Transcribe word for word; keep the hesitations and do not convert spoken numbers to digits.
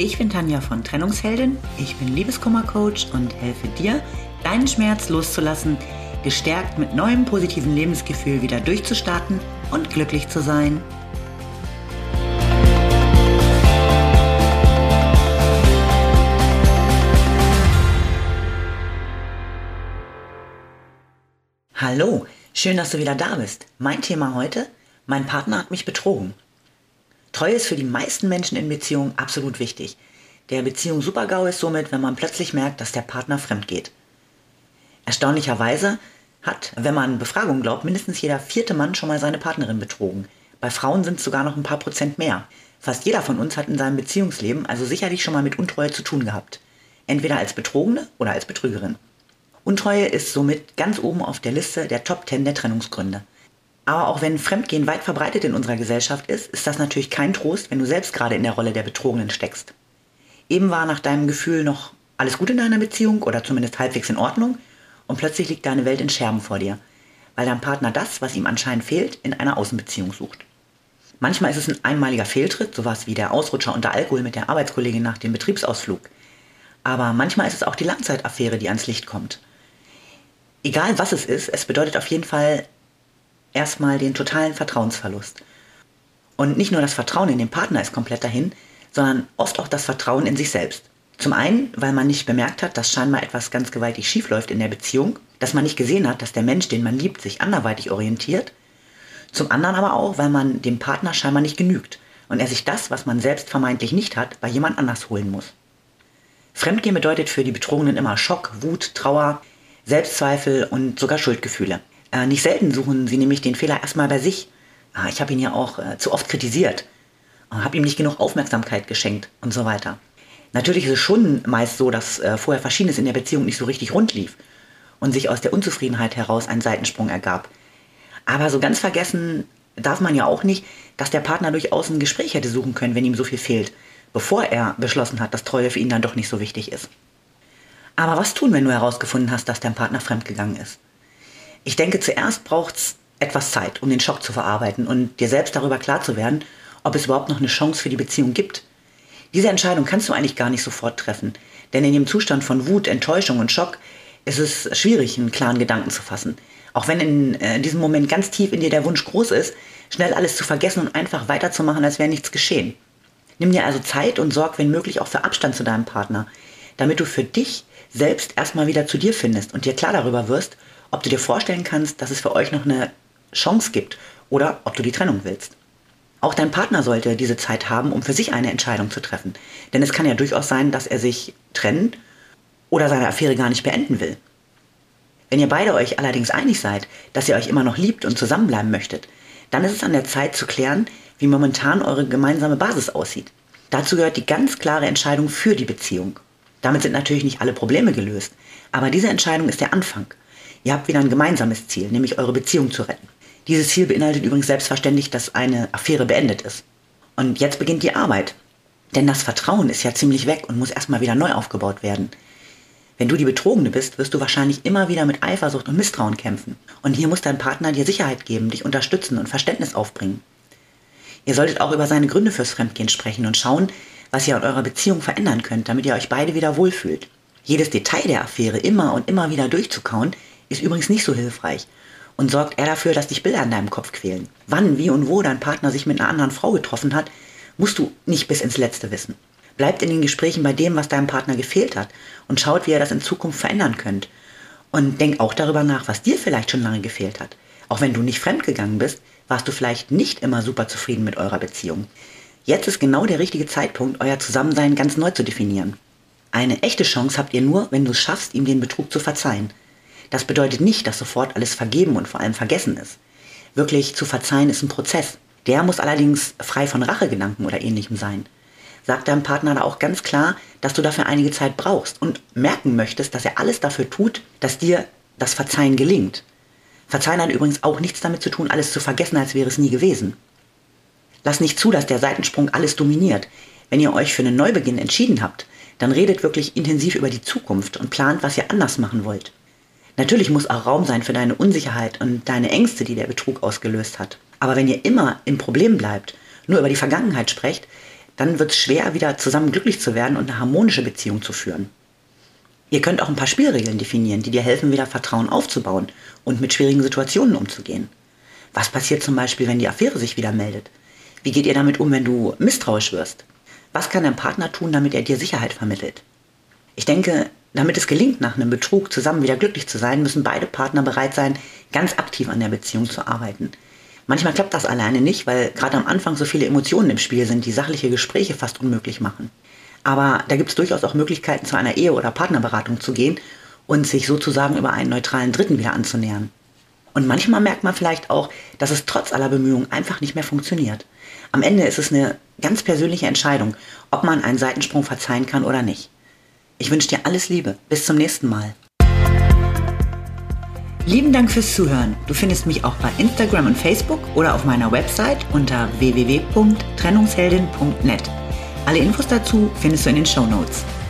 Ich bin Tanja von Trennungsheldin, ich bin Liebeskummer-Coach und helfe dir, deinen Schmerz loszulassen, gestärkt mit neuem positiven Lebensgefühl wieder durchzustarten und glücklich zu sein. Hallo, schön, dass du wieder da bist. Mein Thema heute: Mein Partner hat mich betrogen. Treue ist für die meisten Menschen in Beziehungen absolut wichtig. Der Beziehung-Super-GAU ist somit, wenn man plötzlich merkt, dass der Partner fremd geht. Erstaunlicherweise hat, wenn man Befragungen glaubt, mindestens jeder vierte Mann schon mal seine Partnerin betrogen. Bei Frauen sind es sogar noch ein paar Prozent mehr. Fast jeder von uns hat in seinem Beziehungsleben also sicherlich schon mal mit Untreue zu tun gehabt. Entweder als Betrogene oder als Betrügerin. Untreue ist somit ganz oben auf der Liste der Top zehn der Trennungsgründe. Aber auch wenn Fremdgehen weit verbreitet in unserer Gesellschaft ist, ist das natürlich kein Trost, wenn du selbst gerade in der Rolle der Betrogenen steckst. Eben war nach deinem Gefühl noch alles gut in deiner Beziehung oder zumindest halbwegs in Ordnung und plötzlich liegt deine Welt in Scherben vor dir, weil dein Partner das, was ihm anscheinend fehlt, in einer Außenbeziehung sucht. Manchmal ist es ein einmaliger Fehltritt, sowas wie der Ausrutscher unter Alkohol mit der Arbeitskollegin nach dem Betriebsausflug. Aber manchmal ist es auch die Langzeitaffäre, die ans Licht kommt. Egal was es ist, es bedeutet auf jeden Fall erstmal den totalen Vertrauensverlust. Und nicht nur das Vertrauen in den Partner ist komplett dahin, sondern oft auch das Vertrauen in sich selbst. Zum einen, weil man nicht bemerkt hat, dass scheinbar etwas ganz gewaltig schief läuft in der Beziehung, dass man nicht gesehen hat, dass der Mensch, den man liebt, sich anderweitig orientiert. Zum anderen aber auch, weil man dem Partner scheinbar nicht genügt und er sich das, was man selbst vermeintlich nicht hat, bei jemand anders holen muss. Fremdgehen bedeutet für die Betrogenen immer Schock, Wut, Trauer, Selbstzweifel und sogar Schuldgefühle. Äh, nicht selten suchen sie nämlich den Fehler erstmal bei sich. Ah, ich habe ihn ja auch äh, zu oft kritisiert, äh, habe ihm nicht genug Aufmerksamkeit geschenkt und so weiter. Natürlich ist es schon meist so, dass äh, vorher Verschiedenes in der Beziehung nicht so richtig rund lief und sich aus der Unzufriedenheit heraus ein Seitensprung ergab. Aber so ganz vergessen darf man ja auch nicht, dass der Partner durchaus ein Gespräch hätte suchen können, wenn ihm so viel fehlt, bevor er beschlossen hat, dass Treue für ihn dann doch nicht so wichtig ist. Aber was tun, wenn du herausgefunden hast, dass dein Partner fremdgegangen ist? Ich denke, zuerst braucht es etwas Zeit, um den Schock zu verarbeiten und dir selbst darüber klar zu werden, ob es überhaupt noch eine Chance für die Beziehung gibt. Diese Entscheidung kannst du eigentlich gar nicht sofort treffen, denn in dem Zustand von Wut, Enttäuschung und Schock ist es schwierig, einen klaren Gedanken zu fassen. Auch wenn in, äh, in diesem Moment ganz tief in dir der Wunsch groß ist, schnell alles zu vergessen und einfach weiterzumachen, als wäre nichts geschehen. Nimm dir also Zeit und sorg, wenn möglich, auch für Abstand zu deinem Partner, damit du für dich selbst erstmal wieder zu dir findest und dir klar darüber wirst, ob du dir vorstellen kannst, dass es für euch noch eine Chance gibt oder ob du die Trennung willst. Auch dein Partner sollte diese Zeit haben, um für sich eine Entscheidung zu treffen. Denn es kann ja durchaus sein, dass er sich trennen oder seine Affäre gar nicht beenden will. Wenn ihr beide euch allerdings einig seid, dass ihr euch immer noch liebt und zusammenbleiben möchtet, dann ist es an der Zeit zu klären, wie momentan eure gemeinsame Basis aussieht. Dazu gehört die ganz klare Entscheidung für die Beziehung. Damit sind natürlich nicht alle Probleme gelöst, aber diese Entscheidung ist der Anfang. Ihr habt wieder ein gemeinsames Ziel, nämlich eure Beziehung zu retten. Dieses Ziel beinhaltet übrigens selbstverständlich, dass eine Affäre beendet ist. Und jetzt beginnt die Arbeit. Denn das Vertrauen ist ja ziemlich weg und muss erstmal wieder neu aufgebaut werden. Wenn du die Betrogene bist, wirst du wahrscheinlich immer wieder mit Eifersucht und Misstrauen kämpfen. Und hier muss dein Partner dir Sicherheit geben, dich unterstützen und Verständnis aufbringen. Ihr solltet auch über seine Gründe fürs Fremdgehen sprechen und schauen, was ihr an eurer Beziehung verändern könnt, damit ihr euch beide wieder wohlfühlt. Jedes Detail der Affäre immer und immer wieder durchzukauen, ist übrigens nicht so hilfreich und sorgt eher dafür, dass dich Bilder in deinem Kopf quälen. Wann, wie und wo dein Partner sich mit einer anderen Frau getroffen hat, musst du nicht bis ins Letzte wissen. Bleibt in den Gesprächen bei dem, was deinem Partner gefehlt hat und schaut, wie ihr das in Zukunft verändern könnt. Und denk auch darüber nach, was dir vielleicht schon lange gefehlt hat. Auch wenn du nicht fremdgegangen bist, warst du vielleicht nicht immer super zufrieden mit eurer Beziehung. Jetzt ist genau der richtige Zeitpunkt, euer Zusammensein ganz neu zu definieren. Eine echte Chance habt ihr nur, wenn du es schaffst, ihm den Betrug zu verzeihen. Das bedeutet nicht, dass sofort alles vergeben und vor allem vergessen ist. Wirklich zu verzeihen ist ein Prozess. Der muss allerdings frei von Rachegedanken oder Ähnlichem sein. Sag deinem Partner da auch ganz klar, dass du dafür einige Zeit brauchst und merken möchtest, dass er alles dafür tut, dass dir das Verzeihen gelingt. Verzeihen hat übrigens auch nichts damit zu tun, alles zu vergessen, als wäre es nie gewesen. Lass nicht zu, dass der Seitensprung alles dominiert. Wenn ihr euch für einen Neubeginn entschieden habt, dann redet wirklich intensiv über die Zukunft und plant, was ihr anders machen wollt. Natürlich muss auch Raum sein für deine Unsicherheit und deine Ängste, die der Betrug ausgelöst hat. Aber wenn ihr immer im Problem bleibt, nur über die Vergangenheit sprecht, dann wird es schwer, wieder zusammen glücklich zu werden und eine harmonische Beziehung zu führen. Ihr könnt auch ein paar Spielregeln definieren, die dir helfen, wieder Vertrauen aufzubauen und mit schwierigen Situationen umzugehen. Was passiert zum Beispiel, wenn die Affäre sich wieder meldet? Wie geht ihr damit um, wenn du misstrauisch wirst? Was kann dein Partner tun, damit er dir Sicherheit vermittelt? Ich denke, damit es gelingt, nach einem Betrug zusammen wieder glücklich zu sein, müssen beide Partner bereit sein, ganz aktiv an der Beziehung zu arbeiten. Manchmal klappt das alleine nicht, weil gerade am Anfang so viele Emotionen im Spiel sind, die sachliche Gespräche fast unmöglich machen. Aber da gibt es durchaus auch Möglichkeiten, zu einer Ehe- oder Partnerberatung zu gehen und sich sozusagen über einen neutralen Dritten wieder anzunähern. Und manchmal merkt man vielleicht auch, dass es trotz aller Bemühungen einfach nicht mehr funktioniert. Am Ende ist es eine ganz persönliche Entscheidung, ob man einen Seitensprung verzeihen kann oder nicht. Ich wünsche dir alles Liebe. Bis zum nächsten Mal. Lieben Dank fürs Zuhören. Du findest mich auch bei Instagram und Facebook oder auf meiner Website unter w w w punkt trennungsheldin punkt net. Alle Infos dazu findest du in den Shownotes.